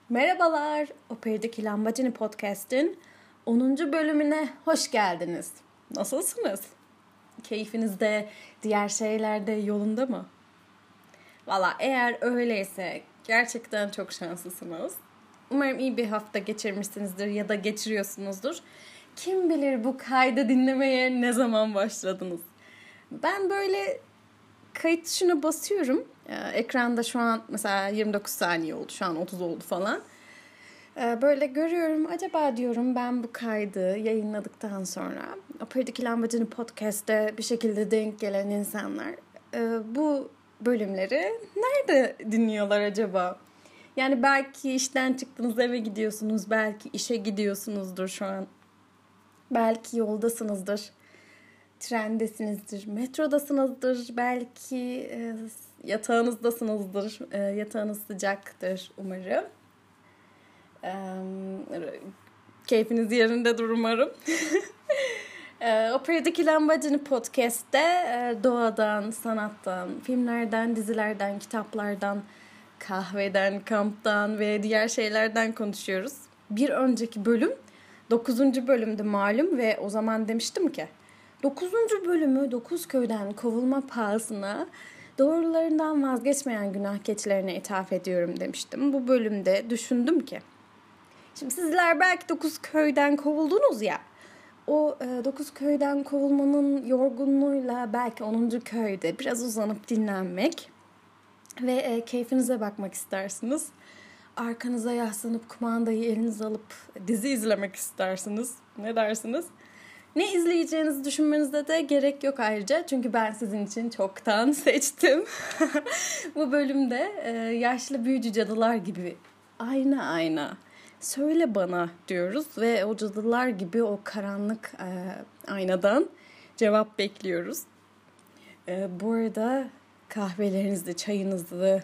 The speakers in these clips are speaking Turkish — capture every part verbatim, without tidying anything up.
Merhabalar, Operadaki Lambacini Podcast'in onuncu bölümüne hoş geldiniz. Nasılsınız? Keyfiniz de, diğer şeyler de yolunda mı? Valla eğer öyleyse gerçekten çok şanslısınız. Umarım iyi bir hafta geçirmişsinizdir ya da geçiriyorsunuzdur. Kim bilir bu kaydı dinlemeye ne zaman başladınız? Ben böyle kayıt tuşuna basıyorum. Ekranda şu an mesela yirmi dokuz saniye oldu. Şu an otuz oldu falan. Böyle görüyorum. Acaba diyorum ben bu kaydı yayınladıktan sonra Operadaki Lambacini Podcast'te bir şekilde denk gelen insanlar bu bölümleri nerede dinliyorlar acaba? Yani belki işten çıktınız, eve gidiyorsunuz. Belki işe gidiyorsunuzdur şu an. Belki yoldasınızdır. Trendesinizdir, metrodasınızdır, belki e, yatağınızdasınızdır, e, yatağınız sıcaktır umarım. E, keyfiniz yerinde umarım. e, Operadaki Lambacini Podcast'te e, doğadan, sanattan, filmlerden, dizilerden, kitaplardan, kahveden, kamptan ve diğer şeylerden konuşuyoruz. Bir önceki bölüm dokuzuncu bölümdü malum ve o zaman demiştim ki dokuzuncu bölümü dokuz köyden kovulma pahasına doğrularından vazgeçmeyen günah keçilerine ithaf ediyorum demiştim. Bu bölümde düşündüm ki şimdi sizler belki dokuz köyden kovuldunuz ya, o dokuz köyden kovulmanın yorgunluğuyla belki onuncu köyde biraz uzanıp dinlenmek ve e, keyfinize bakmak istersiniz. Arkanıza yaslanıp kumandayı elinize alıp dizi izlemek istersiniz. Ne dersiniz? Ne izleyeceğinizi düşünmenize de gerek yok ayrıca. Çünkü ben sizin için çoktan seçtim. Bu bölümde e, yaşlı büyücü cadılar gibi ayna ayna söyle bana diyoruz. Ve o cadılar gibi o karanlık e, aynadan cevap bekliyoruz. E, bu arada kahvelerinizi, çayınızı,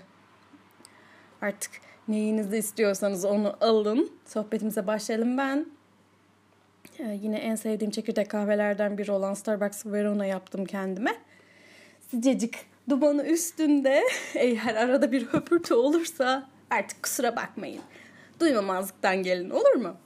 artık neyinizi istiyorsanız onu alın. Sohbetimize başlayalım. Ben Ee, yine en sevdiğim çekirdek kahvelerden biri olan Starbucks Verona yaptım kendime. Sıcacık dumanı üstünde, eğer arada bir höpürtü olursa artık kusura bakmayın. Duymamazlıktan gelin, olur mu?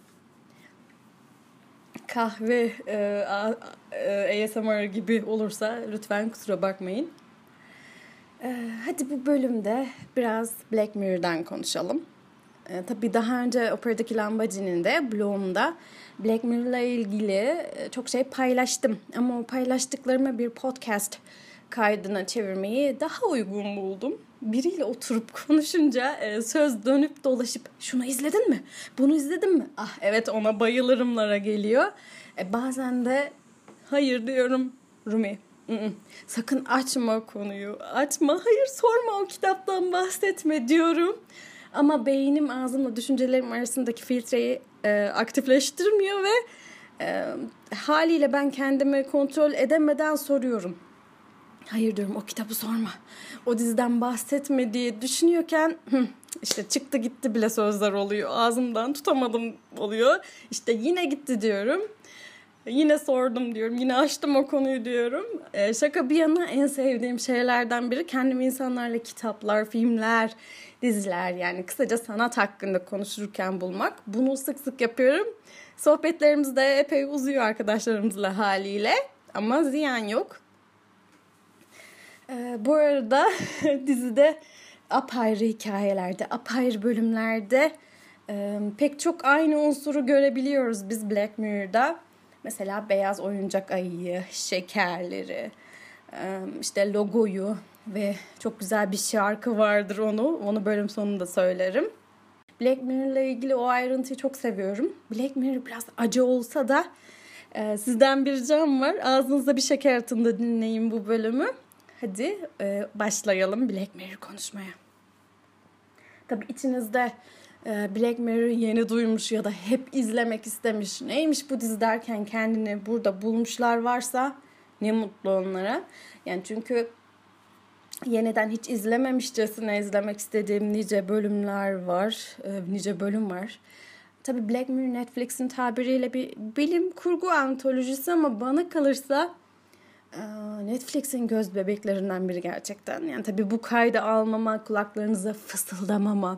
Kahve e, A S M R gibi olursa lütfen kusura bakmayın. E, hadi bu bölümde biraz Black Mirror'dan konuşalım. E, tabii daha önce Operadaki Lambacini'nin de blogumda Black Mirror'la ilgili çok şey paylaştım. Ama o paylaştıklarımı bir podcast kaydına çevirmeyi daha uygun buldum. Biriyle oturup konuşunca e, söz dönüp dolaşıp şunu izledin mi? Bunu izledin mi? Ah evet, ona bayılırımlara geliyor. E, bazen de hayır diyorum Rumi. I-ı. Sakın açma konuyu. Açma, hayır sorma, o kitaptan bahsetme diyorum. Ama beynim ağzımla düşüncelerim arasındaki filtreyi e, aktifleştirmiyor ve e, haliyle ben kendimi kontrol edemeden soruyorum. Hayır diyorum, o kitabı sorma, o diziden bahsetme diye düşünüyorken hı, işte çıktı gitti bile sözler oluyor. Ağzımdan tutamadım oluyor. İşte yine gitti diyorum. Yine sordum diyorum. Yine açtım o konuyu diyorum. E, şaka bir yana en sevdiğim şeylerden biri kendimi insanlarla kitaplar, filmler, diziler, yani kısaca sanat hakkında konuşurken bulmak. Bunu sık sık yapıyorum. Sohbetlerimiz de epey uzuyor arkadaşlarımızla haliyle. Ama ziyan yok. E, bu arada dizide apayrı hikayelerde, apayrı bölümlerde e, pek çok aynı unsuru görebiliyoruz biz Black Mirror'da. Mesela beyaz oyuncak ayıyı, şekerleri, işte logoyu ve çok güzel bir şarkı vardır onu. Onu bölüm sonunda söylerim. Black Mirror'la ilgili o ayrıntıyı çok seviyorum. Black Mirror biraz acı olsa da sizden bir ricam var. Ağzınıza bir şeker atın da dinleyin bu bölümü. Hadi başlayalım Black Mirror konuşmaya. Tabii içinizde Black Mirror'ı yeni duymuş ya da hep izlemek istemiş, neymiş bu dizi derken kendini burada bulmuşlar varsa ne mutlu onlara. Yani çünkü yeniden hiç izlememişçesine izlemek istediğim nice bölümler var, nice bölüm var. Tabii Black Mirror Netflix'in tabiriyle bir bilim kurgu antolojisi ama bana kalırsa Netflix'in göz bebeklerinden biri gerçekten. Yani tabii bu kaydı almama, kulaklarınıza fısıldamama,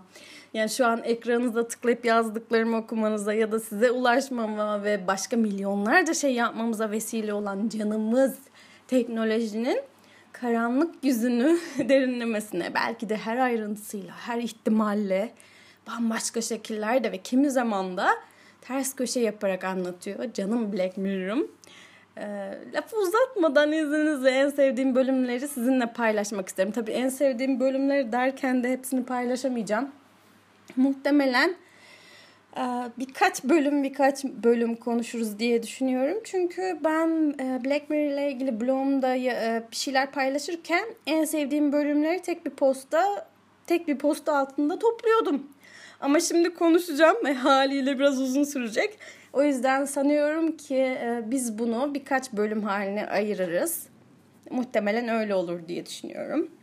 Yani şu an ekranınıza tıklayıp yazdıklarımı okumanıza ya da size ulaşmama ve başka milyonlarca şey yapmamıza vesile olan canımız teknolojinin karanlık yüzünü derinlemesine, belki de her ayrıntısıyla, her ihtimalle, bambaşka şekillerde ve kimi zaman da ters köşe yaparak anlatıyor. Canım Black Mirror'ım. E, lafı uzatmadan izninizle en sevdiğim bölümleri sizinle paylaşmak isterim. Tabii en sevdiğim bölümleri derken de hepsini paylaşamayacağım. Muhtemelen e, birkaç bölüm birkaç bölüm konuşuruz diye düşünüyorum. Çünkü ben e, Black Mirror ile ilgili blogumda e, bir şeyler paylaşırken en sevdiğim bölümleri tek bir posta, tek bir posta altında topluyordum. Ama şimdi konuşacağım ve haliyle biraz uzun sürecek. O yüzden sanıyorum ki e, biz bunu birkaç bölüm haline ayırırız. Muhtemelen öyle olur diye düşünüyorum.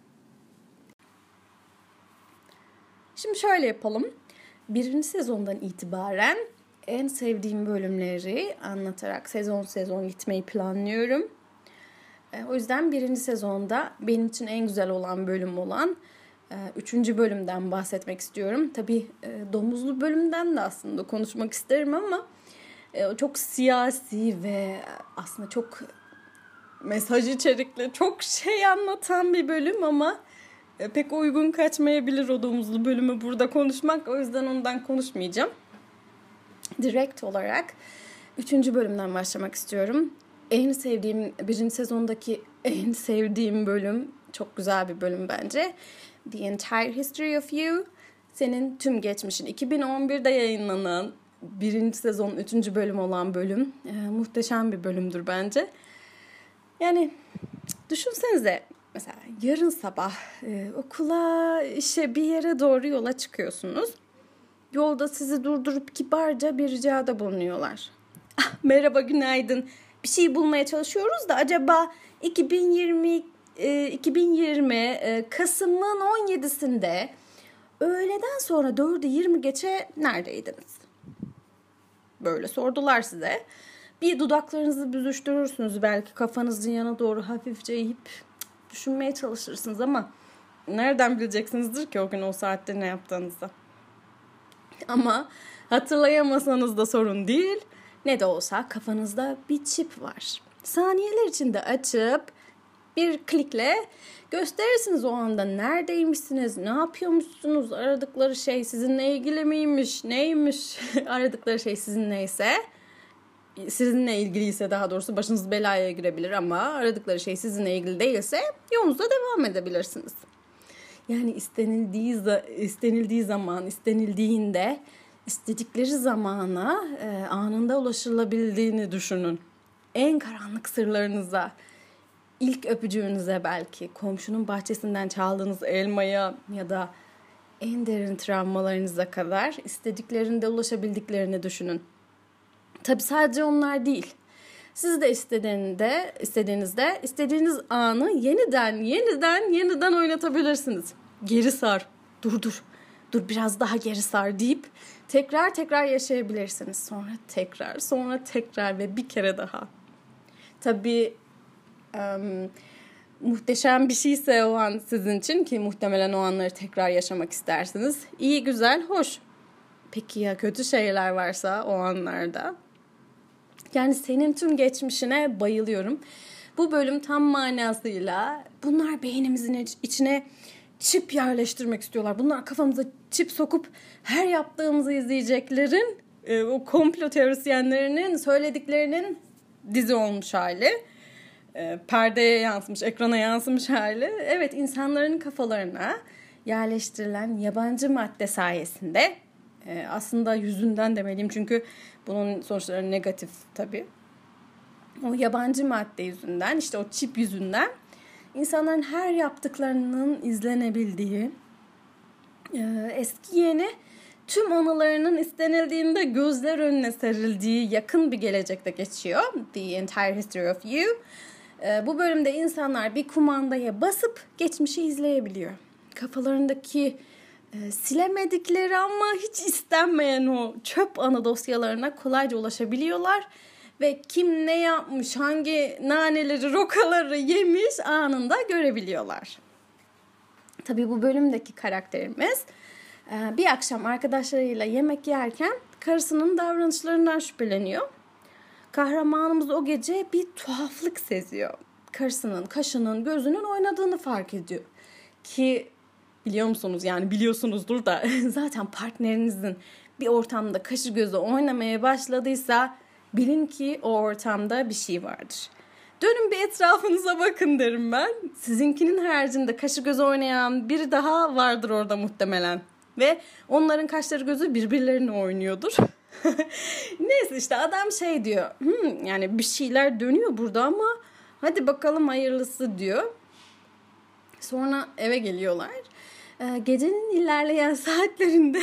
Şimdi şöyle yapalım. Birinci sezondan itibaren en sevdiğim bölümleri anlatarak sezon sezon gitmeyi planlıyorum. E, o yüzden birinci sezonda benim için en güzel olan bölüm olan e, üçüncü bölümden bahsetmek istiyorum. Tabii e, domuzlu bölümden de aslında konuşmak isterim ama e, çok siyasi ve aslında çok mesaj içerikli, çok şey anlatan bir bölüm ama e, pek uygun kaçmayabilir o domuzlu bölümü burada konuşmak. O yüzden ondan konuşmayacağım. Direkt olarak üçüncü bölümden başlamak istiyorum. En sevdiğim, birinci sezondaki en sevdiğim bölüm, çok güzel bir bölüm bence. The Entire History of You, senin tüm geçmişin. iki bin on birde yayınlanan birinci sezon üçüncü bölüm olan bölüm. E, muhteşem bir bölümdür bence. Yani düşünsenize, mesela yarın sabah e, okula, işe, bir yere doğru yola çıkıyorsunuz. Yolda sizi durdurup kibarca bir ricada bulunuyorlar. Ah, merhaba, günaydın. Bir şey bulmaya çalışıyoruz da acaba iki bin yirmi e, iki bin yirmi e, Kasım'ın on yedisinde öğleden sonra dördü yirmi geçe neredeydiniz? Böyle sordular size. Bir dudaklarınızı büzüştürürsünüz, belki kafanızın yana doğru hafifçe eğip düşünmeye çalışırsınız ama nereden bileceksinizdir ki o gün o saatte ne yaptığınızı? Ama hatırlayamasanız da sorun değil. Ne de olsa kafanızda bir çip var. Saniyeler içinde açıp bir klikle gösterirsiniz o anda neredeymişsiniz, ne yapıyormuşsunuz, aradıkları şey sizinle ilgili miymiş, neymiş, aradıkları şey sizinleyse, sizinle ilgiliyse, daha doğrusu başınız belaya girebilir ama aradıkları şey sizinle ilgili değilse yolunuza devam edebilirsiniz. Yani istenildiği, istenildiği zaman, istenildiğinde, istedikleri zamana e, anında ulaşılabildiğini düşünün. En karanlık sırlarınıza, ilk öpücüğünüze, belki komşunun bahçesinden çaldığınız elmaya ya da en derin travmalarınıza kadar istediklerinde ulaşabildiklerini düşünün. Tabii sadece onlar değil. Siz de istediğinde, istediğinizde istediğiniz anı yeniden, yeniden, yeniden oynatabilirsiniz. Geri sar, dur dur, dur biraz daha geri sar deyip tekrar tekrar yaşayabilirsiniz. Sonra tekrar, sonra tekrar ve bir kere daha. Tabii um, muhteşem bir şeyse o an sizin için, ki muhtemelen o anları tekrar yaşamak istersiniz. İyi, güzel, hoş. Peki ya kötü şeyler varsa o anlarda? Yani senin tüm geçmişine bayılıyorum. Bu bölüm tam manasıyla bunlar beynimizin içine çip yerleştirmek istiyorlar. Bunlar kafamıza çip sokup her yaptığımızı izleyeceklerin, e, o komplo teorisyenlerinin söylediklerinin dizi olmuş hali. E, perdeye yansımış, ekrana yansımış hali. Evet, insanların kafalarına yerleştirilen yabancı madde sayesinde, e, aslında yüzünden demeliyim çünkü bunun sonuçları negatif tabii. O yabancı madde yüzünden, işte o çip yüzünden insanların her yaptıklarının izlenebildiği, eski yeni tüm anılarının istenildiğinde gözler önüne serildiği yakın bir gelecekte geçiyor. The Entire History of You. Bu bölümde insanlar bir kumandaya basıp geçmişi izleyebiliyor. Kafalarındaki silemedikleri ama hiç istenmeyen o çöp anı dosyalarına kolayca ulaşabiliyorlar. Ve kim ne yapmış, hangi naneleri, rokaları yemiş anında görebiliyorlar. Tabii bu bölümdeki karakterimiz Ee, bir akşam arkadaşlarıyla yemek yerken karısının davranışlarından şüpheleniyor. Kahramanımız o gece bir tuhaflık seziyor. Karısının kaşının, gözünün oynadığını fark ediyor. Ki biliyor musunuz, yani biliyorsunuzdur da zaten partnerinizin bir ortamda kaşı gözü oynamaya başladıysa bilin ki o ortamda bir şey vardır. Dönün bir etrafınıza bakın derim ben. Sizinkinin haricinde kaşı gözü oynayan biri daha vardır orada muhtemelen. Ve onların kaşları gözü birbirlerine oynuyordur. Neyse işte adam şey diyor. Hmm, yani bir şeyler dönüyor burada ama hadi bakalım hayırlısı diyor. Sonra eve geliyorlar. Ee, gecenin ilerleyen saatlerinde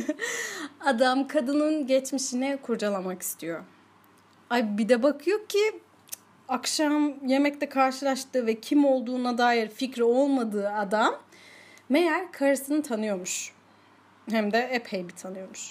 adam kadının geçmişini kurcalamak istiyor. Ay bir de bakıyor ki akşam yemekte karşılaştığı ve kim olduğuna dair fikri olmadığı adam meğer karısını tanıyormuş. Hem de epey bir tanıyormuş.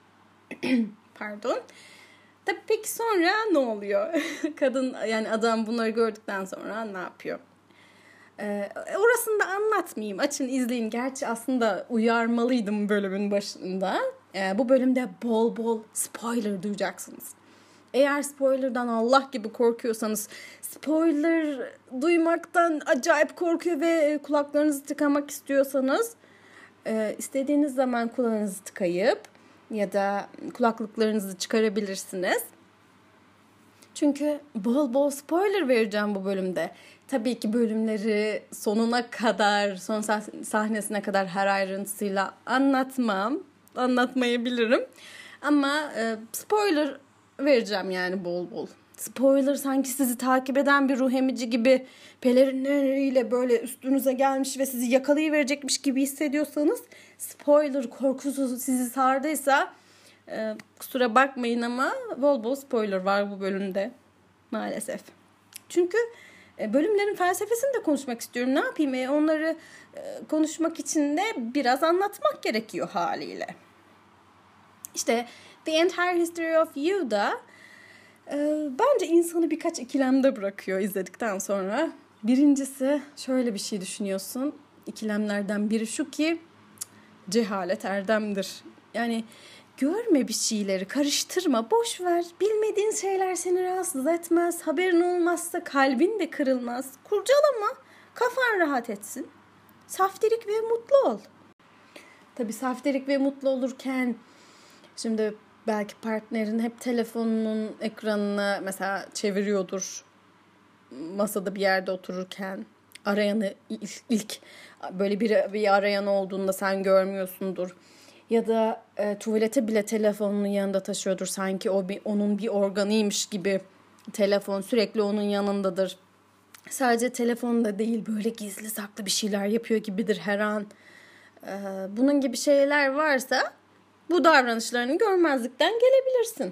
Pardon. Tabii peki sonra ne oluyor? Kadın, yani adam bunları gördükten sonra ne yapıyor? Ee, orasını da anlatmayayım. Açın izleyin. Gerçi aslında uyarmalıydım bölümün başında. Ee, bu bölümde bol bol spoiler duyacaksınız. Eğer spoilerdan Allah gibi korkuyorsanız, spoiler duymaktan acayip korkuyor ve kulaklarınızı tıkamak istiyorsanız, e, istediğiniz zaman kulağınızı tıkayıp ya da kulaklıklarınızı çıkarabilirsiniz. Çünkü bol bol spoiler vereceğim bu bölümde. Tabii ki bölümleri sonuna kadar, son sahnesine kadar her ayrıntısıyla anlatmam. Anlatmayabilirim. Ama e, spoiler vereceğim yani bol bol. Spoiler sanki sizi takip eden bir ruh emici gibi pelerinleriyle böyle üstünüze gelmiş ve sizi yakalayıverecekmiş gibi hissediyorsanız, spoiler korkusu sizi sardıysa e, kusura bakmayın ama bol bol spoiler var bu bölümde maalesef. Çünkü e, bölümlerin felsefesini de konuşmak istiyorum. Ne yapayım? E, onları e, konuşmak için de biraz anlatmak gerekiyor haliyle. İşte The Entire History of You'da e, bence insanı birkaç ikilemde bırakıyor izledikten sonra. Birincisi, şöyle bir şey düşünüyorsun. İkilemlerden biri şu ki cehalet erdemdir. Yani görme bir şeyleri, karıştırma, boş ver. Bilmediğin şeyler seni rahatsız etmez. Haberin olmazsa kalbin de kırılmaz. Kurcalama, kafan rahat etsin. Saftirik ve mutlu ol. Tabii saftirik ve mutlu olurken şimdi belki partnerin hep telefonunun ekranını mesela çeviriyordur. Masada bir yerde otururken arayanı ilk, ilk böyle bir, bir arayan olduğunda sen görmüyorsundur. Ya da e, tuvalete bile telefonunu yanında taşıyordur. Sanki o bir, onun bir organıymış gibi telefon sürekli onun yanındadır. Sadece telefonda değil, böyle gizli saklı bir şeyler yapıyor gibidir her an. E, bunun gibi şeyler varsa bu davranışlarını görmezlikten gelebilirsin.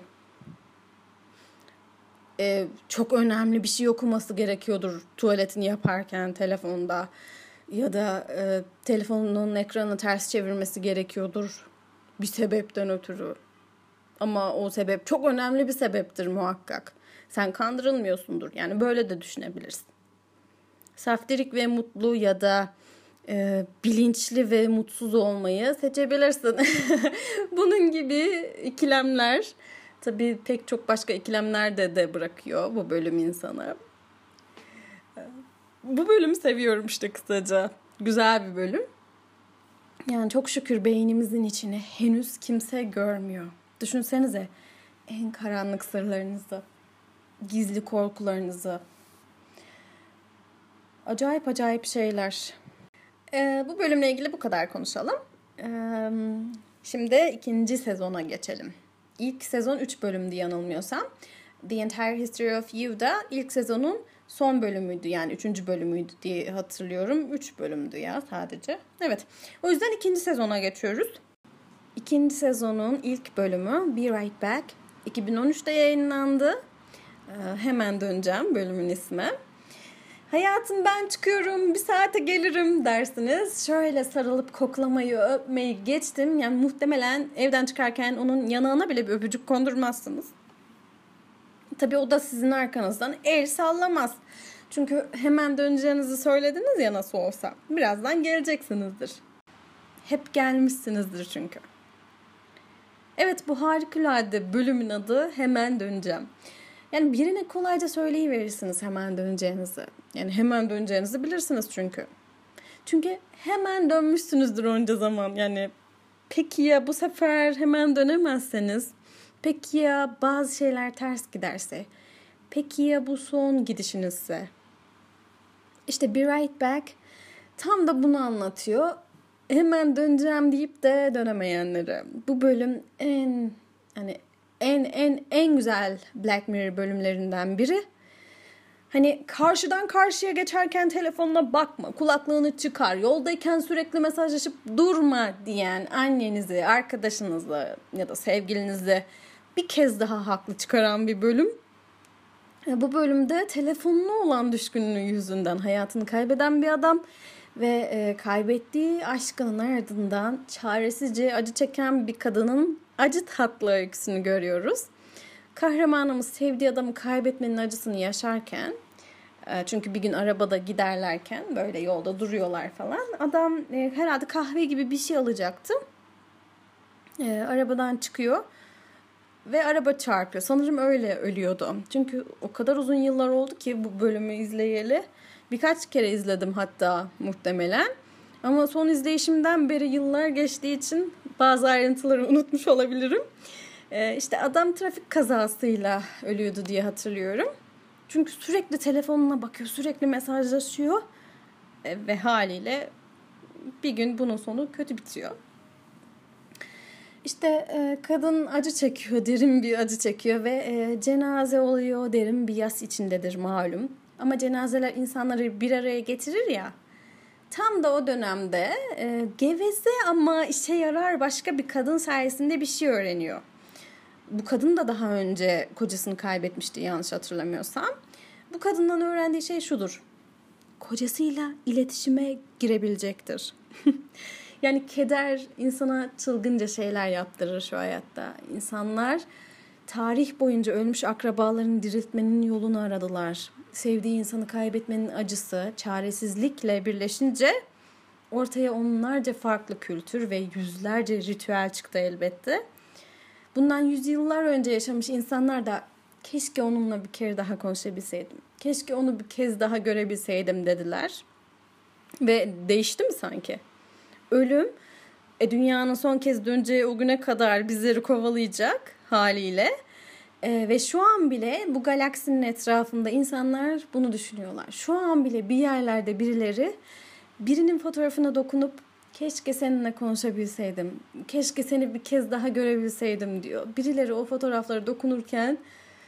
E, çok önemli bir şey okuması gerekiyordur tuvaletini yaparken telefonda. Ya da e, telefonunun ekranını ters çevirmesi gerekiyordur bir sebepten ötürü. Ama o sebep çok önemli bir sebeptir muhakkak. Sen kandırılmıyorsundur. Yani böyle de düşünebilirsin. Saftirik ve mutlu ya da e, bilinçli ve mutsuz olmayı seçebilirsin. Bunun gibi ikilemler, tabii pek çok başka ikilemler de, de bırakıyor bu bölüm insana. Bu bölümü seviyorum işte kısaca. Güzel bir bölüm. Yani çok şükür beynimizin içine henüz kimse görmüyor. Düşünsenize en karanlık sırlarınızı, gizli korkularınızı. Acayip acayip şeyler. Ee, bu bölümle ilgili bu kadar konuşalım. Ee, şimdi ikinci sezona geçelim. İlk sezon üç bölümdü yanılmıyorsam. The Entire History of You'da ilk sezonun son bölümüydü, yani üçüncü bölümüydü diye hatırlıyorum. Üç bölümdü ya sadece. Evet. O yüzden ikinci sezona geçiyoruz. İkinci sezonun ilk bölümü Be Right Back iki bin on üçte yayınlandı. Ee, hemen döneceğim bölümün ismi. Hayatım ben çıkıyorum, bir saate gelirim dersiniz. Şöyle sarılıp koklamayı, öpmeyi geçtim. Yani muhtemelen evden çıkarken onun yanağına bile bir öpücük kondurmazsınız. Tabii o da sizin arkanızdan el sallamaz. Çünkü hemen döneceğinizi söylediniz ya nasıl olsa. Birazdan geleceksinizdir. Hep gelmişsinizdir çünkü. Evet, bu harikulade bölümün adı Hemen Döneceğim. Yani birine kolayca söyleyiverirsiniz hemen döneceğinizi. Yani hemen döneceğinizi bilirsiniz çünkü. Çünkü hemen dönmüşsünüzdür onca zaman. Yani peki ya bu sefer hemen dönemezseniz? Peki ya bazı şeyler ters giderse? Peki ya bu son gidişinizse? İşte Be Right Back tam da bunu anlatıyor. Hemen döneceğim deyip de dönemeyenleri. Bu bölüm en hani en en en güzel Black Mirror bölümlerinden biri. Hani karşıdan karşıya geçerken telefonuna bakma, kulaklığını çıkar, yoldayken sürekli mesajlaşıp durma diyen annenizi, arkadaşınızı ya da sevgilinizi bir kez daha haklı çıkaran bir bölüm. Bu bölümde telefonuna olan düşkünlüğü yüzünden hayatını kaybeden bir adam ve e, kaybettiği aşkının ardından çaresizce acı çeken bir kadının acı tatlı öyküsünü görüyoruz. Kahramanımız sevdiği adamı kaybetmenin acısını yaşarken, e, çünkü bir gün arabada giderlerken böyle yolda duruyorlar falan. Adam e, herhalde kahve gibi bir şey alacaktı. E, arabadan çıkıyor. Ve araba çarpıyor. Sanırım öyle ölüyordu. Çünkü o kadar uzun yıllar oldu ki bu bölümü izleyeli. Birkaç kere izledim hatta muhtemelen. Ama son izleyişimden beri yıllar geçtiği için bazı ayrıntıları unutmuş olabilirim. Ee, işte adam trafik kazasıyla ölüyordu diye hatırlıyorum. Çünkü sürekli telefonuna bakıyor, sürekli mesajlaşıyor. Ee, ve haliyle bir gün bunun sonu kötü bitiyor. İşte e, kadın acı çekiyor, derin bir acı çekiyor ve e, cenaze oluyor, derin bir yas içindedir malum. Ama cenazeler insanları bir araya getirir ya, tam da o dönemde e, geveze ama işe yarar başka bir kadın sayesinde bir şey öğreniyor. Bu kadın da daha önce kocasını kaybetmişti yanlış hatırlamıyorsam. Bu kadından öğrendiği şey şudur: kocasıyla iletişime girebilecektir. Yani keder insana çılgınca şeyler yaptırır şu hayatta. İnsanlar tarih boyunca ölmüş akrabalarını diriltmenin yolunu aradılar. Sevdiği insanı kaybetmenin acısı, çaresizlikle birleşince ortaya onlarca farklı kültür ve yüzlerce ritüel çıktı elbette. Bundan yüzyıllar önce yaşamış insanlar da keşke onunla bir kere daha konuşabilseydim, keşke onu bir kez daha görebilseydim dediler. Ve değişti mi sanki? Ölüm e, dünyanın son kez döneceği o güne kadar bizleri kovalayacak haliyle. E, ve şu an bile bu galaksinin etrafında insanlar bunu düşünüyorlar. Şu an bile bir yerlerde birileri birinin fotoğrafına dokunup keşke seninle konuşabilseydim, keşke seni bir kez daha görebilseydim diyor. Birileri o fotoğraflara dokunurken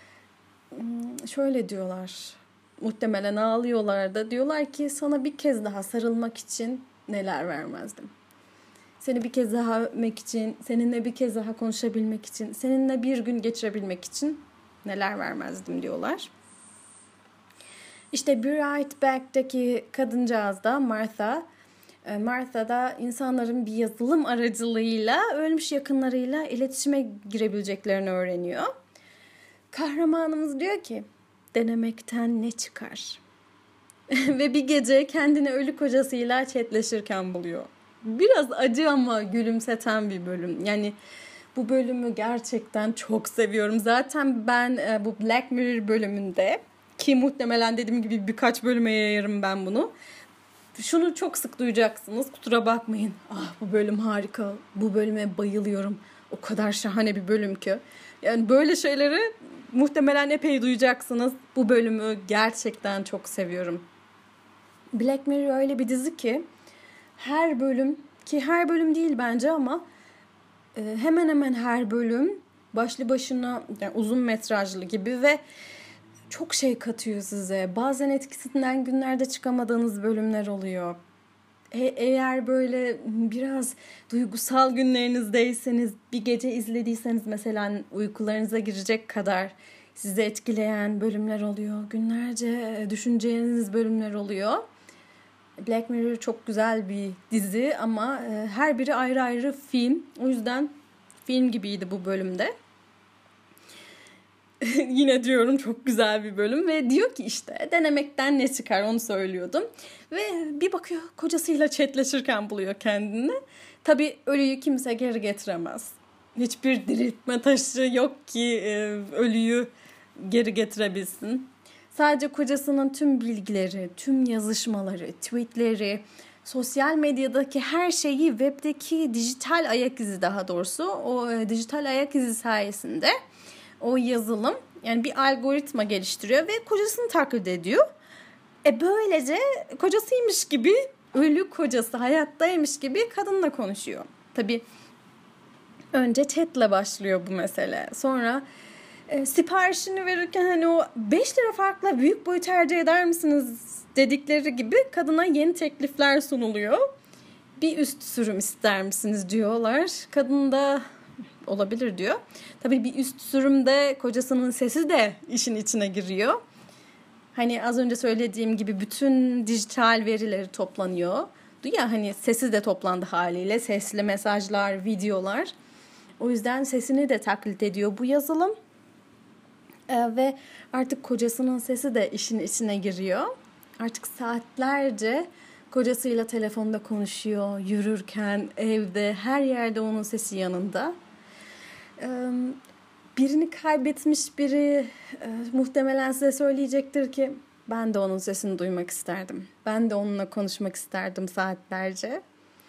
şöyle diyorlar, muhtemelen ağlıyorlar da, diyorlar ki sana bir kez daha sarılmak için neler vermezdim. Seni bir kez daha öpmek için, seninle bir kez daha konuşabilmek için, seninle bir gün geçirebilmek için neler vermezdim diyorlar. İşte Be Right Back'teki kadıncağız da Martha. Martha da insanların bir yazılım aracılığıyla ölmüş yakınlarıyla iletişime girebileceklerini öğreniyor. Kahramanımız diyor ki, denemekten ne çıkar? Ve bir gece kendini ölü kocasıyla chatleşirken buluyor. Biraz acı ama gülümseten bir bölüm. Yani bu bölümü gerçekten çok seviyorum. Zaten ben e, bu Black Mirror bölümünde, ki muhtemelen dediğim gibi birkaç bölüme yayarım ben bunu, şunu çok sık duyacaksınız. Kusura bakmayın. Ah, bu bölüm harika. Bu bölüme bayılıyorum. O kadar şahane bir bölüm ki. Yani böyle şeyleri muhtemelen epey duyacaksınız. Bu bölümü gerçekten çok seviyorum. Black Mirror öyle bir dizi ki her bölüm, ki her bölüm değil bence ama e, hemen hemen her bölüm başlı başına yani uzun metrajlı gibi ve çok şey katıyor size. Bazen etkisinden günlerde çıkamadığınız bölümler oluyor. E- eğer böyle biraz duygusal günlerinizdeyseniz, bir gece izlediyseniz mesela uykularınıza girecek kadar sizi etkileyen bölümler oluyor. Günlerce düşüneceğiniz bölümler oluyor. Black Mirror çok güzel bir dizi ama her biri ayrı ayrı film. O yüzden film gibiydi bu bölümde. Yine diyorum çok güzel bir bölüm ve diyor ki işte denemekten ne çıkar onu söylüyordum. Ve bir bakıyor kocasıyla chatleşirken buluyor kendini. Tabii ölüyü kimse geri getiremez. Hiçbir diriltme taşı yok ki e, ölüyü geri getirebilsin. Sadece kocasının tüm bilgileri, tüm yazışmaları, tweetleri, sosyal medyadaki her şeyi, webdeki dijital ayak izi daha doğrusu, o e, dijital ayak izi sayesinde o yazılım, yani bir algoritma geliştiriyor ve kocasını taklit ediyor. E böylece kocasıymış gibi, ölü kocası hayattaymış gibi kadınla konuşuyor. Tabii önce chatle başlıyor bu mesele. Sonra e, siparişini verirken hani o beş lira farkla büyük boy tercih eder misiniz dedikleri gibi kadına yeni teklifler sunuluyor. Bir üst sürüm ister misiniz diyorlar. Kadın da olabilir diyor. Tabii bir üst sürümde kocasının sesi de işin içine giriyor. Hani az önce söylediğim gibi bütün dijital verileri toplanıyor. Ya hani sesi de toplandı haliyle. Sesli mesajlar, videolar. O yüzden sesini de taklit ediyor bu yazılım. Ee, ve artık kocasının sesi de işin içine giriyor. Artık saatlerce kocasıyla telefonda konuşuyor. Yürürken, evde, her yerde onun sesi yanında. Ee, birini kaybetmiş biri e, muhtemelen size söyleyecektir ki ben de onun sesini duymak isterdim. Ben de onunla konuşmak isterdim saatlerce.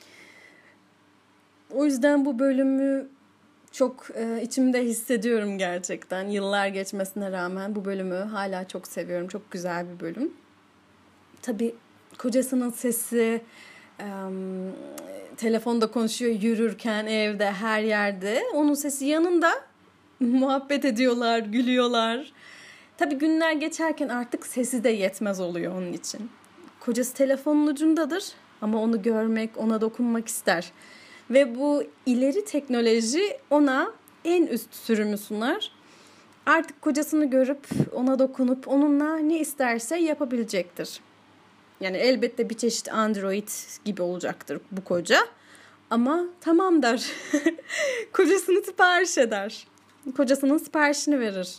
O yüzden bu bölümü çok e, içimde hissediyorum gerçekten. Yıllar geçmesine rağmen bu bölümü hala çok seviyorum. Çok güzel bir bölüm. Tabii kocasının sesi, e, telefonda konuşuyor, yürürken, evde, her yerde. Onun sesi yanında, muhabbet ediyorlar, gülüyorlar. Tabii günler geçerken artık sesi de yetmez oluyor onun için. Kocası telefonun ucundadır ama onu görmek, ona dokunmak ister. Ve bu ileri teknoloji ona en üst sürümü sunar. Artık kocasını görüp, ona dokunup, onunla ne isterse yapabilecektir. Yani elbette bir çeşit Android gibi olacaktır bu koca. Ama tamam der. Kocasını sipariş eder. Kocasının siparişini verir.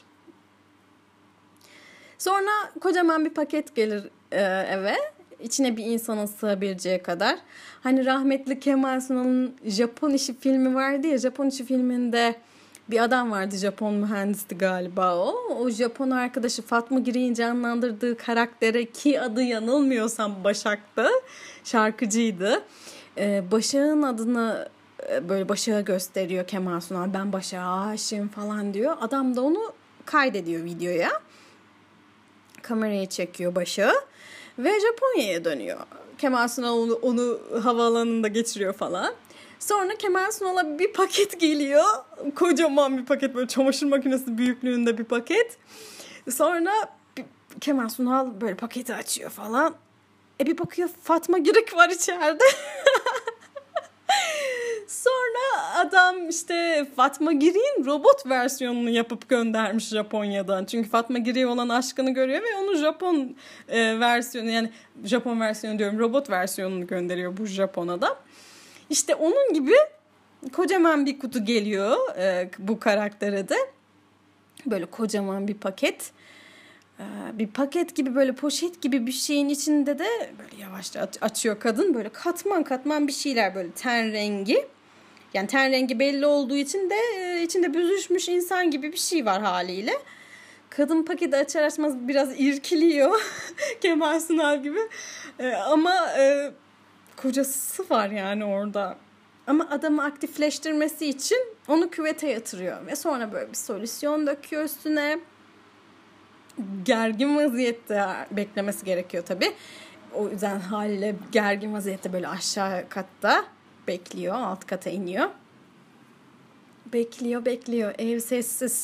Sonra kocaman bir paket gelir e, eve. İçine bir insanın sığabileceği kadar. Hani rahmetli Kemal Sunal'ın Japon İşi filmi vardı ya. Japon İşi filminde bir adam vardı. Japon mühendisti galiba o. O Japon arkadaşı Fatma Giri'nin canlandırdığı karaktere, ki adı yanılmıyorsam Başak'tı. Şarkıcıydı. Ee, Başak'ın adını böyle Başak'a gösteriyor Kemal Sunal. Ben Başak'a aşığım falan diyor. Adam da onu kaydediyor videoya. Kamerayı çekiyor Başak'ı. Ve Japonya'ya dönüyor. Kemal Sunal onu, onu havaalanında geçiriyor falan. Sonra Kemal Sunal'a bir paket geliyor. Kocaman bir paket, böyle çamaşır makinesi büyüklüğünde bir paket. Sonra Kemal Sunal böyle paketi açıyor falan. E bir bakıyor Fatma Girik var içeride. Sonra adam işte Fatma Girik'in robot versiyonunu yapıp göndermiş Japonya'dan. Çünkü Fatma Girik'e olan aşkını görüyor ve onun Japon e, versiyonu, yani Japon versiyonu diyorum, robot versiyonunu gönderiyor bu Japon adam. İşte onun gibi kocaman bir kutu geliyor e, bu karaktere de. Böyle kocaman bir paket. E, bir paket gibi, böyle poşet gibi bir şeyin içinde de böyle yavaşça açıyor kadın. Böyle katman katman bir şeyler, böyle ten rengi. Yani ten rengi belli olduğu için de e, içinde büzüşmüş insan gibi bir şey var haliyle. Kadın paketi açar açmaz biraz irkiliyor. Kemal Sunal gibi. E, ama e, kocası var yani orada. Ama adamı aktifleştirmesi için onu küvete yatırıyor. Ve sonra böyle bir solüsyon döküyor üstüne. Gergin vaziyette beklemesi gerekiyor tabii. O yüzden haliyle gergin vaziyette böyle aşağı katta bekliyor. Alt kata iniyor. Bekliyor, bekliyor. Ev sessiz.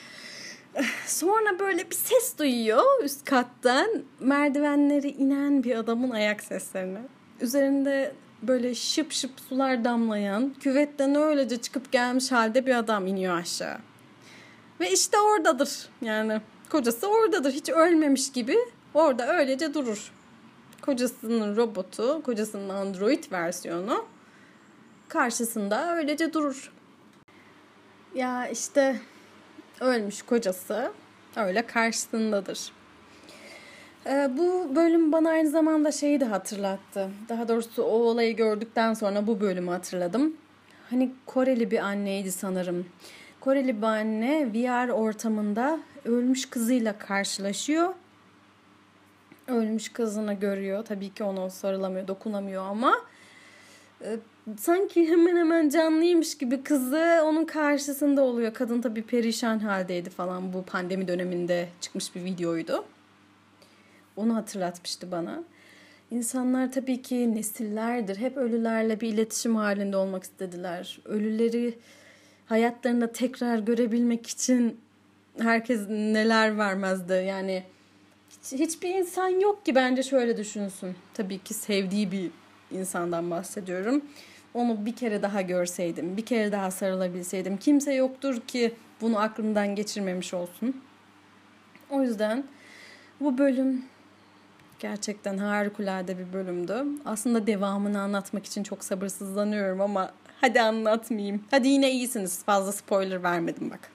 Sonra böyle bir ses duyuyor üst kattan. Merdivenleri inen bir adamın ayak seslerini. Üzerinde böyle şıp şıp sular damlayan, küvetten öylece çıkıp gelmiş halde bir adam iniyor aşağı. Ve işte oradadır. Yani kocası oradadır. Hiç ölmemiş gibi orada öylece durur. Kocasının robotu, kocasının Android versiyonu karşısında öylece durur. Ya işte ölmüş kocası öyle karşısındadır. Ee, bu bölüm bana aynı zamanda şeyi de hatırlattı. Daha doğrusu o olayı gördükten sonra bu bölümü hatırladım. Hani Koreli bir anneydi sanırım. Koreli bir anne V R ortamında ölmüş kızıyla karşılaşıyor. Ölmüş kızını görüyor. Tabii ki ona sarılamıyor, dokunamıyor ama e, sanki hemen hemen canlıymış gibi kızı onun karşısında oluyor. Kadın tabii perişan haldeydi falan. Bu pandemi döneminde çıkmış bir videoydu. Onu hatırlatmıştı bana. İnsanlar tabii ki nesillerdir hep ölülerle bir iletişim halinde olmak istediler. Ölüleri hayatlarında tekrar görebilmek için herkes neler vermezdi. Yani hiç, hiçbir insan yok ki bence şöyle düşünsün. Tabii ki sevdiği bir insandan bahsediyorum. Onu bir kere daha görseydim, bir kere daha sarılabilseydim. Kimse yoktur ki bunu aklımdan geçirmemiş olsun. O yüzden bu bölüm gerçekten harikulade bir bölümdü. Aslında devamını anlatmak için çok sabırsızlanıyorum ama hadi anlatmayayım. Hadi yine iyisiniz. Fazla spoiler vermedim bak.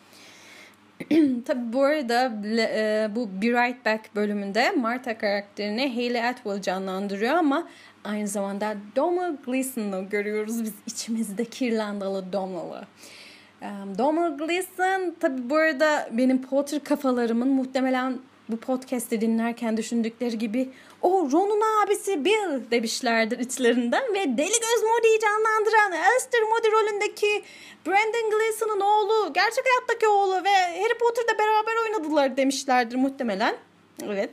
Tabii bu arada bu Be Right Back bölümünde Martha karakterini Hayley Atwell canlandırıyor ama aynı zamanda Domhnall Gleeson'u görüyoruz biz içimizde kirlendalı Domhnall'ı. Domhnall Gleeson tabii bu arada benim Potter kafalarımın muhtemelen bu podcast'i dinlerken düşündükleri gibi o Ron'un abisi Bill demişlerdir içlerinden ve Deli Göz Moody'yi canlandıran Alastor Moody rolündeki Brendan Gleeson'un oğlu, gerçek hayattaki oğlu ve Harry Potter'da beraber oynadılar demişlerdir muhtemelen. Evet.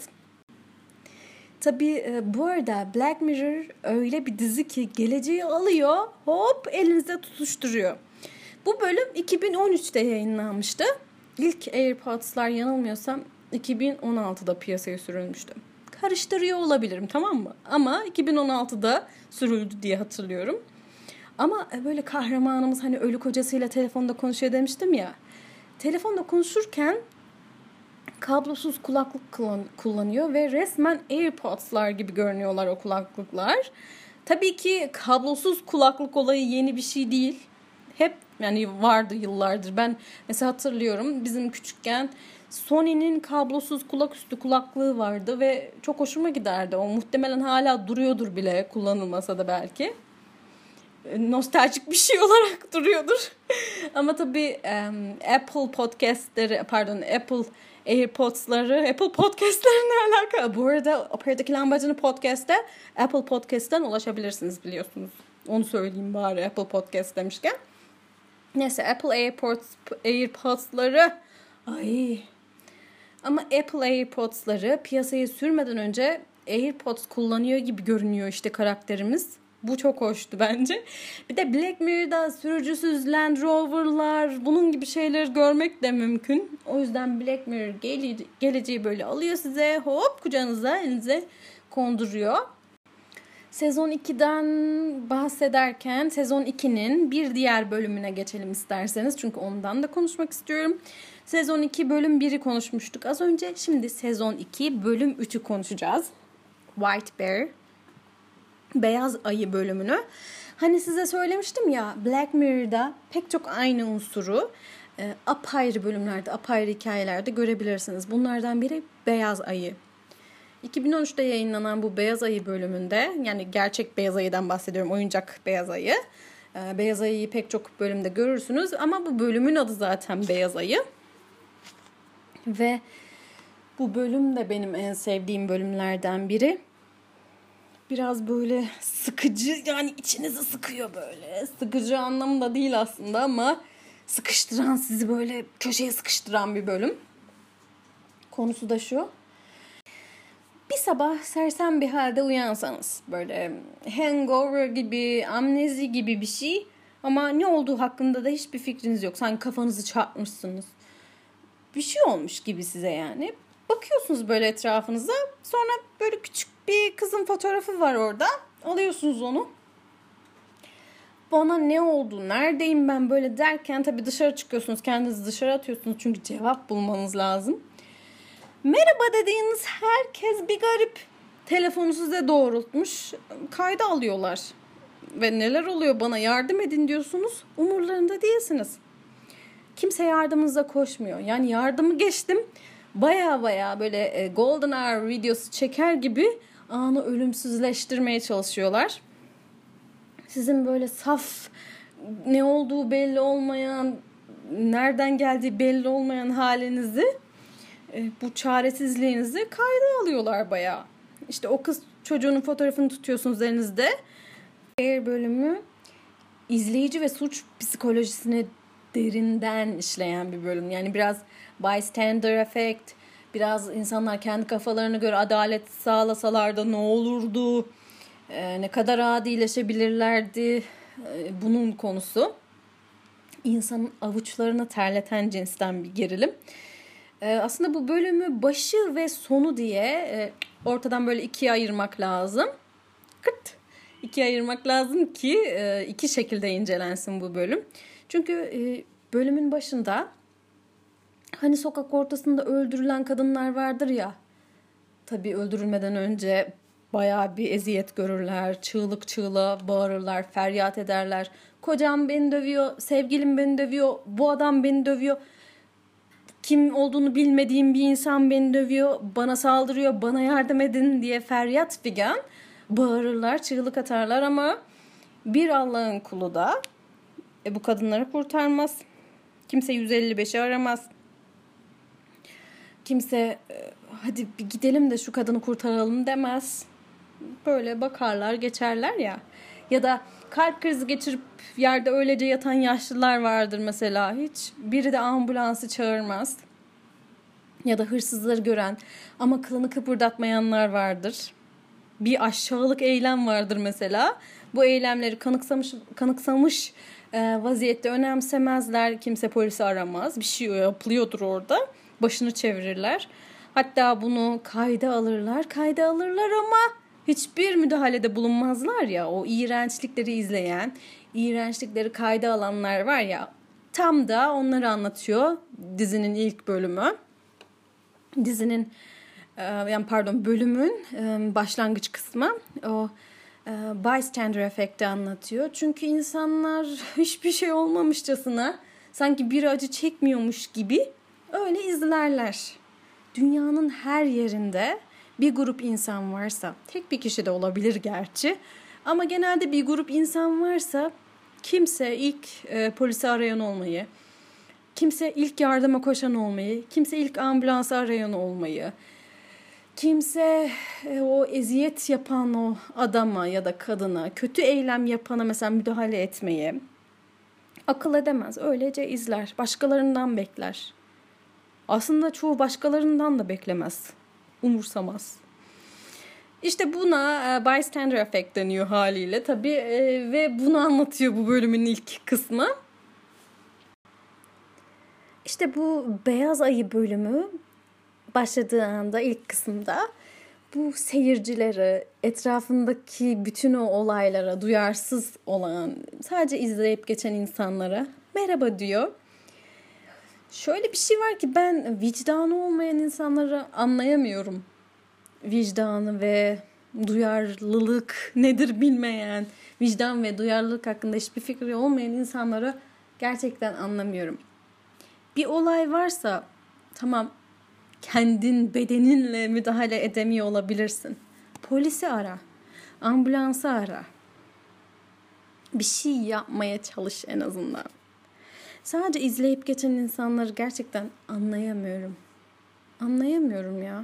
Tabii bu arada Black Mirror öyle bir dizi ki geleceği alıyor, hop elinize tutuşturuyor. Bu bölüm iki bin on üçte yayınlanmıştı. İlk AirPods'lar yanılmıyorsam iki bin on altıda piyasaya sürülmüştü. Karıştırıyor olabilirim, tamam mı? Ama iki bin on altıda sürüldü diye hatırlıyorum. Ama böyle kahramanımız hani ölü kocasıyla telefonda konuşuyor demiştim ya. Telefonda konuşurken kablosuz kulaklık kullanıyor ve resmen AirPods'lar gibi görünüyorlar o kulaklıklar. Tabii ki kablosuz kulaklık olayı yeni bir şey değil. Hep yani vardı yıllardır. Ben mesela hatırlıyorum bizim küçükken Sony'nin kablosuz kulaküstü kulaklığı vardı ve çok hoşuma giderdi. O muhtemelen hala duruyordur bile, kullanılmasa da belki. Nostaljik bir şey olarak duruyordur. Ama tabii um, Apple podcastleri, pardon Apple AirPods'ları, Apple podcast'ları ne alaka? Bu arada Operadaki Lambacını podcast'te Apple Podcast'ten ulaşabilirsiniz biliyorsunuz. Onu söyleyeyim bari Apple Podcast demişken. Neyse Apple AirPods, AirPods'ları ay ama Apple AirPods'ları piyasaya sürmeden önce AirPods kullanıyor gibi görünüyor işte karakterimiz. Bu çok hoştu bence. Bir de Black Mirror'da sürücüsüz Land Rover'lar, bunun gibi şeyleri görmek de mümkün. O yüzden Black Mirror gele- geleceği böyle alıyor size, hop kucağınıza, elinize konduruyor. Sezon ikiden bahsederken sezon ikinin bir diğer bölümüne geçelim isterseniz. Çünkü ondan da konuşmak istiyorum. Sezon iki bölüm biri konuşmuştuk az önce. Şimdi sezon iki bölüm üçü konuşacağız. White Bear, Beyaz Ayı bölümünü. Hani size söylemiştim ya, Black Mirror'da pek çok aynı unsuru e, apayrı bölümlerde, apayrı hikayelerde görebilirsiniz. Bunlardan biri Beyaz Ayı. iki bin on üçte yayınlanan bu Beyaz Ayı bölümünde, yani gerçek Beyaz Ayı'dan bahsediyorum, oyuncak Beyaz Ayı. E, Beyaz Ayı'yı pek çok bölümde görürsünüz ama bu bölümün adı zaten Beyaz Ayı. Ve bu bölüm de benim en sevdiğim bölümlerden biri. Biraz böyle sıkıcı, yani içinizi sıkıyor böyle. Sıkıcı anlamında değil aslında ama sıkıştıran, sizi böyle köşeye sıkıştıran bir bölüm. Konusu da şu. Bir sabah sersem bir halde uyansanız, böyle hangover gibi, amnezi gibi bir şey ama ne olduğu hakkında da hiçbir fikriniz yok. Sanki kafanızı çarpmışsınız. Bir şey olmuş gibi size yani. Bakıyorsunuz böyle etrafınıza, sonra böyle küçük bir kızın fotoğrafı var orada. Alıyorsunuz onu. Bana ne oldu, neredeyim ben böyle derken tabii dışarı çıkıyorsunuz, kendinizi dışarı atıyorsunuz çünkü cevap bulmanız lazım. Merhaba dediğiniz herkes bir garip telefonu size doğrultmuş, kayda alıyorlar. Ve neler oluyor, bana yardım edin diyorsunuz, umurlarında değilsiniz. Kimse yardımınıza koşmuyor. Yani yardımı geçtim, baya baya böyle Golden Hour videosu çeker gibi anı ölümsüzleştirmeye çalışıyorlar. Sizin böyle saf, ne olduğu belli olmayan, nereden geldiği belli olmayan halinizi, bu çaresizliğinizi kayda alıyorlar bayağı. İşte o kız çocuğunun fotoğrafını tutuyorsunuz elinizde. Diğer bölümü izleyici ve suç psikolojisine derinden işleyen bir bölüm. Yani biraz bystander effect, biraz insanlar kendi kafalarına göre adalet sağlasalar da ne olurdu, ne kadar adileşebilirlerdi, bunun konusu. İnsanın avuçlarını terleten cinsten bir gerilim. Aslında bu bölümü başı ve sonu diye ortadan böyle ikiye ayırmak lazım. Kırt. İkiye ayırmak lazım ki iki şekilde incelensin bu bölüm. Çünkü bölümün başında hani sokak ortasında öldürülen kadınlar vardır ya. Tabii öldürülmeden önce bayağı bir eziyet görürler. Çığlık çığlığa bağırırlar, feryat ederler. Kocam beni dövüyor, sevgilim beni dövüyor, bu adam beni dövüyor. Kim olduğunu bilmediğim bir insan beni dövüyor, bana saldırıyor, bana yardım edin diye feryat figan bağırırlar, çığlık atarlar ama bir Allah'ın kulu da e, bu kadınları kurtarmaz. Kimse yüz elli beşi aramaz. Kimse e, hadi bir gidelim de şu kadını kurtaralım demez. Böyle bakarlar, geçerler ya. Ya da kalp krizi geçirip yerde öylece yatan yaşlılar vardır mesela. Hiç biri de ambulansı çağırmaz. Ya da hırsızları gören ama kılını kıpırdatmayanlar vardır. Bir aşağılık eylem vardır mesela. Bu eylemleri kanıksamış, kanıksamış e, vaziyette önemsemezler. Kimse polisi aramaz. Bir şey yapılıyordur orada. Başını çevirirler. Hatta bunu kayda alırlar. Kayda alırlar ama hiçbir müdahalede bulunmazlar ya. O iğrençlikleri izleyen, iğrençlikleri kayda alanlar var ya. Tam da onları anlatıyor dizinin ilk bölümü. Dizinin yani pardon bölümün başlangıç kısmı o bystander efekti anlatıyor. Çünkü insanlar hiçbir şey olmamışçasına sanki bir acı çekmiyormuş gibi öyle izlerler. Dünyanın her yerinde bir grup insan varsa, tek bir kişi de olabilir gerçi, ama genelde bir grup insan varsa kimse ilk e, polisi arayan olmayı, kimse ilk yardıma koşan olmayı, kimse ilk ambulansı arayan olmayı, kimse e, o eziyet yapan o adama ya da kadına, kötü eylem yapana mesela müdahale etmeyi akıl edemez. Öylece izler, başkalarından bekler. Aslında çoğu başkalarından da beklemez, umursamaz. İşte buna e, bystander effect deniyor haliyle tabii e, ve bunu anlatıyor bu bölümün ilk kısmı. İşte bu Beyaz Ayı bölümü başladığı anda ilk kısımda bu seyircileri, etrafındaki bütün o olaylara duyarsız olan, sadece izleyip geçen insanlara merhaba diyor. Şöyle bir şey var ki ben vicdanı olmayan insanları anlayamıyorum. Vicdanı ve duyarlılık nedir bilmeyen, vicdan ve duyarlılık hakkında hiçbir fikri olmayan insanları gerçekten anlamıyorum. Bir olay varsa tamam, kendin bedeninle müdahale edemiyor olabilirsin. Polisi ara, ambulansı ara. Bir şey yapmaya çalış en azından. Sadece izleyip geçen insanları gerçekten anlayamıyorum. Anlayamıyorum ya.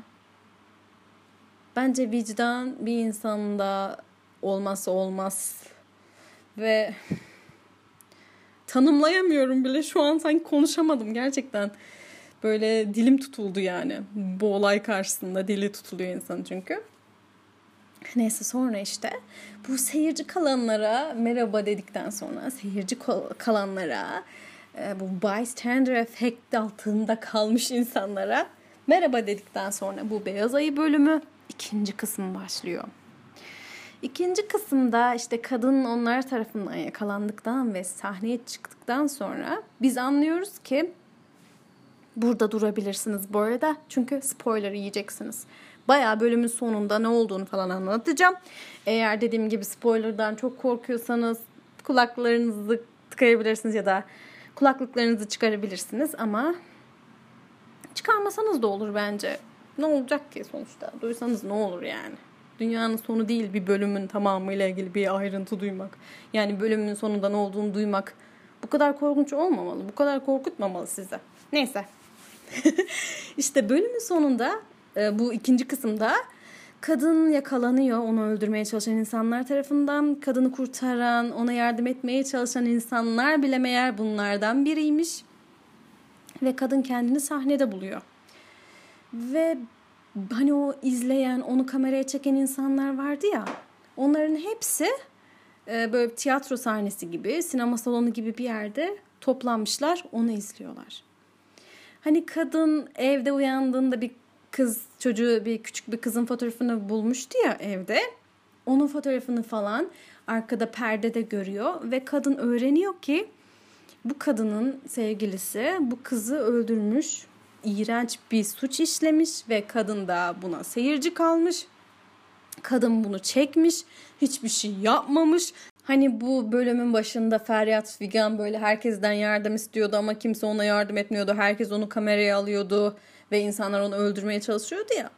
Bence vicdan bir insanda olmazsa olmaz. Ve tanımlayamıyorum bile. Şu an sanki konuşamadım gerçekten. Böyle dilim tutuldu yani. Bu olay karşısında dili tutuluyor insan çünkü. Neyse sonra işte bu seyirci kalanlara merhaba dedikten sonra seyirci kalanlara, bu bystander effect altında kalmış insanlara merhaba dedikten sonra bu Beyaz Ayı bölümü ikinci kısım başlıyor. İkinci kısımda işte kadın onlar tarafından yakalandıktan ve sahneye çıktıktan sonra biz anlıyoruz ki burada durabilirsiniz bu arada. Çünkü spoiler yiyeceksiniz. Bayağı bölümün sonunda ne olduğunu falan anlatacağım. Eğer dediğim gibi spoilerdan çok korkuyorsanız kulaklarınızı tıkayabilirsiniz ya da kulaklıklarınızı çıkarabilirsiniz ama Çıkarmasanız da olur bence. Ne olacak ki sonuçta? Duysanız ne olur yani? Dünyanın sonu değil bir bölümün tamamıyla ilgili bir ayrıntı duymak. Yani bölümün sonunda ne olduğunu duymak bu kadar korkunç olmamalı. Bu kadar korkutmamalı sizi. Neyse. İşte bölümün sonunda bu ikinci kısımda kadın yakalanıyor. Onu öldürmeye çalışan insanlar tarafından. Kadını kurtaran, ona yardım etmeye çalışan insanlar bile meğer bunlardan biriymiş. Ve kadın kendini sahnede buluyor. Ve hani o izleyen, onu kameraya çeken insanlar vardı ya. Onların hepsi böyle bir tiyatro sahnesi gibi, sinema salonu gibi bir yerde toplanmışlar. Onu izliyorlar. Hani kadın evde uyandığında bir kız çocuğu, bir küçük bir kızın fotoğrafını bulmuştu ya evde. Onun fotoğrafını falan arkada perdede görüyor ve kadın öğreniyor ki bu kadının sevgilisi bu kızı öldürmüş, iğrenç bir suç işlemiş ve kadın da buna seyirci kalmış. Kadın bunu çekmiş, hiçbir şey yapmamış. Hani bu bölümün başında feryat figan böyle herkesten yardım istiyordu ama kimse ona yardım etmiyordu. Herkes onu kameraya alıyordu ve insanlar onu öldürmeye çalışıyordu ya.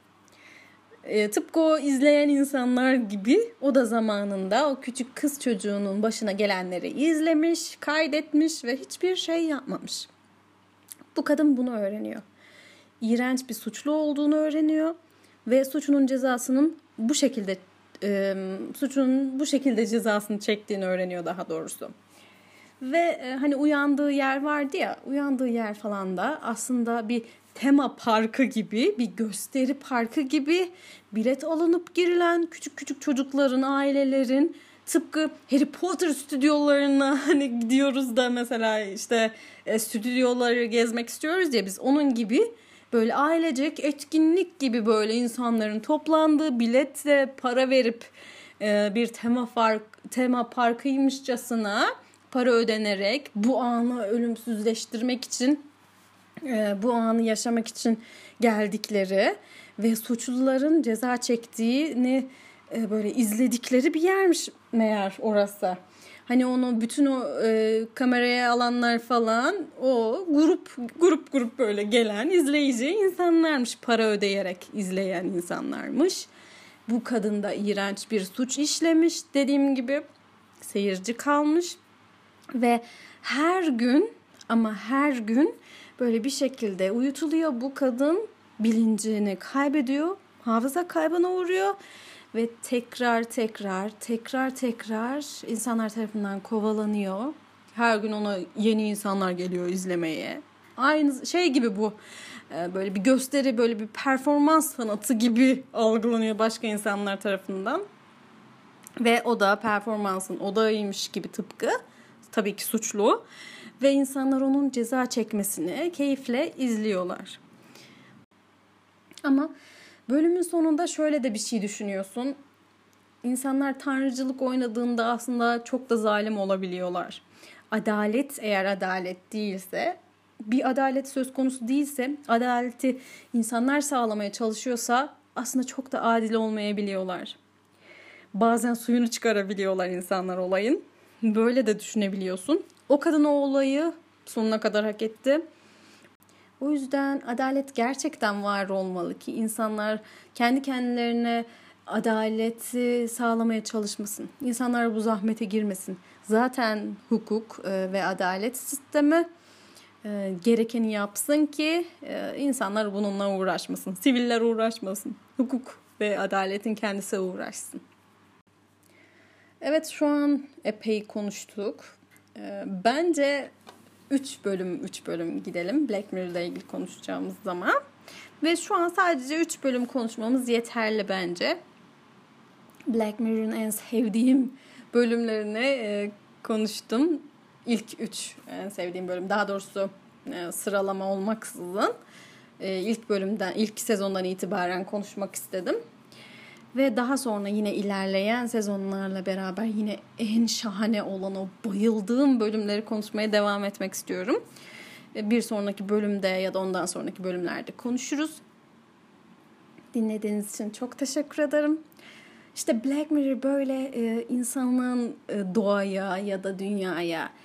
E, tıpkı o izleyen insanlar gibi o da zamanında o küçük kız çocuğunun başına gelenleri izlemiş, kaydetmiş ve hiçbir şey yapmamış. Bu kadın bunu öğreniyor. İğrenç bir suçlu olduğunu öğreniyor ve suçunun cezasının bu şekilde e, suçunun bu şekilde cezasını çektiğini öğreniyor daha doğrusu. Ve e, hani uyandığı yer vardı ya, uyandığı yer falan da aslında bir tema parkı gibi, bir gösteri parkı gibi bilet alınıp girilen küçük küçük çocukların, ailelerin tıpkı Harry Potter stüdyolarına hani gidiyoruz da mesela işte e, stüdyoları gezmek istiyoruz ya biz onun gibi böyle ailecek etkinlik gibi böyle insanların toplandığı biletle para verip e, bir tema fark, tema parkıymışçasına para ödenerek bu anı ölümsüzleştirmek için e, bu anı yaşamak için geldikleri ve suçluların ceza çektiğini e, böyle izledikleri bir yermiş meğer orası. Hani onu bütün o e, kameraya alanlar falan o grup grup grup böyle gelen izleyici insanlarmış. Para ödeyerek izleyen insanlarmış. Bu kadın da iğrenç bir suç işlemiş dediğim gibi. Seyirci kalmış ve her gün ama her gün böyle bir şekilde uyutuluyor. Bu kadın bilincini kaybediyor. Hafıza kaybına uğruyor. Ve tekrar tekrar tekrar tekrar insanlar tarafından kovalanıyor. Her gün ona yeni insanlar geliyor izlemeye. Aynı şey gibi bu. Böyle bir gösteri, böyle bir performans sanatı gibi algılanıyor başka insanlar tarafından. Ve o da performansın odağıymış gibi tıpkı. Tabii ki suçlu. Ve insanlar onun ceza çekmesini keyifle izliyorlar. Ama bölümün sonunda şöyle de bir şey düşünüyorsun. İnsanlar tanrıcılık oynadığında aslında çok da zalim olabiliyorlar. Adalet eğer adalet değilse, bir adalet söz konusu değilse, adaleti insanlar sağlamaya çalışıyorsa aslında çok da adil olmayabiliyorlar. Bazen suyunu çıkarabiliyorlar insanlar olayın. Böyle de düşünebiliyorsun. O kadın o olayı sonuna kadar hak etti. O yüzden adalet gerçekten var olmalı ki insanlar kendi kendilerine adaleti sağlamaya çalışmasın. İnsanlar bu zahmete girmesin. Zaten hukuk ve adalet sistemi gerekeni yapsın ki insanlar bununla uğraşmasın. Siviller uğraşmasın. Hukuk ve adaletin kendisi uğraşsın. Evet, şu an epey konuştuk. Bence üç bölüm üç bölüm gidelim Black Mirror ile ilgili konuşacağımız zaman. Ve şu an sadece üç bölüm konuşmamız yeterli bence. Black Mirror'ın en sevdiğim bölümlerini e, konuştum. İlk üç en sevdiğim bölüm. Daha doğrusu e, sıralama olmaksızın e, ilk bölümden, ilk sezondan itibaren konuşmak istedim. Ve daha sonra yine ilerleyen sezonlarla beraber yine en şahane olan o bayıldığım bölümleri konuşmaya devam etmek istiyorum. Bir sonraki bölümde ya da ondan sonraki bölümlerde konuşuruz. Dinlediğiniz için çok teşekkür ederim. İşte Black Mirror böyle e, insanın e, doğaya ya da dünyaya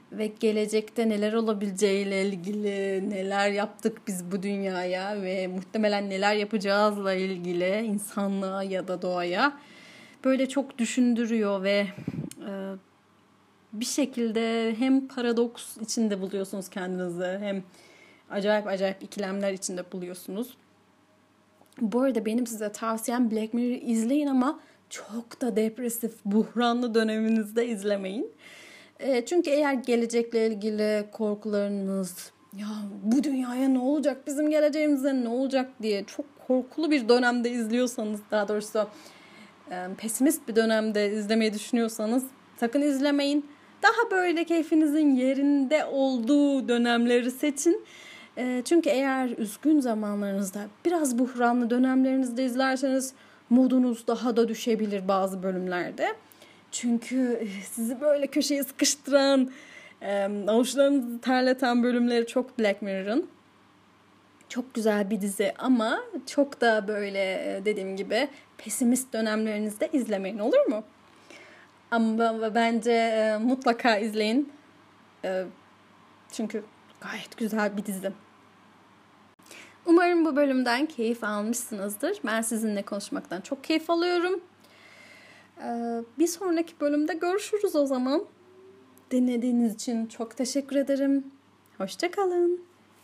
ve gelecekte neler olabileceğiyle ilgili, neler yaptık biz bu dünyaya ve muhtemelen neler yapacağızla ilgili insanlığa ya da doğaya böyle çok düşündürüyor ve e, bir şekilde hem paradoks içinde buluyorsunuz kendinizi, hem acayip acayip ikilemler içinde buluyorsunuz. Bu arada benim size tavsiyem Black Mirror izleyin ama çok da depresif, buhranlı döneminizde izlemeyin. E, çünkü eğer gelecekle ilgili korkularınız, ya bu dünyaya ne olacak, bizim geleceğimize ne olacak diye çok korkulu bir dönemde izliyorsanız, daha doğrusu e, pesimist bir dönemde izlemeyi düşünüyorsanız sakın izlemeyin. Daha böyle keyfinizin yerinde olduğu dönemleri seçin. E, çünkü eğer üzgün zamanlarınızda, biraz buhranlı dönemlerinizde izlerseniz modunuz daha da düşebilir bazı bölümlerde. Çünkü sizi böyle köşeye sıkıştıran, e, avuçlarınızı terleten bölümleri çok Black Mirror'ın. Çok güzel bir dizi ama çok da böyle dediğim gibi pesimist dönemlerinizde izlemeyin, olur mu? Ama bence e, mutlaka izleyin. E, çünkü gayet güzel bir dizi. Umarım bu bölümden keyif almışsınızdır. Ben sizinle konuşmaktan çok keyif alıyorum. E, bir sonraki bölümde görüşürüz o zaman. Dinlediğiniz için çok teşekkür ederim. Hoşça kalın.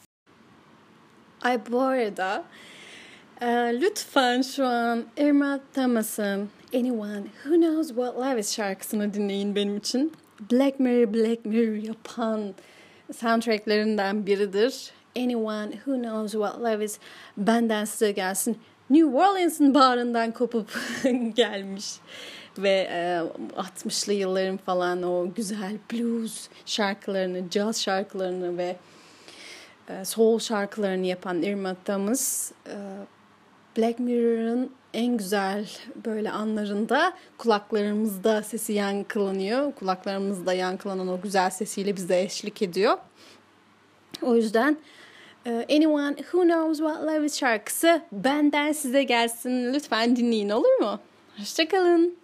Ay bu arada e, lütfen şu an Irma Thomas'ın Anyone Who Knows What Love Is şarkısını dinleyin benim için. Black Mirror, Black Mirror yapan soundtracklerinden biridir. Anyone Who Knows What Love Is benden size gelsin. New Orleans'ın bağrından kopup gelmiş. Ve e, altmışlı yılların falan o güzel blues şarkılarını, jazz şarkılarını ve e, soul şarkılarını yapan Irma Thomas, e, Black Mirror'ın en güzel böyle anlarında kulaklarımızda sesi yankılanıyor. Kulaklarımızda yankılanan o güzel sesiyle bize eşlik ediyor. O yüzden Anyone Who Knows What Love Is şarkısı benden size gelsin. Lütfen dinleyin, olur mu? Hoşça kalın.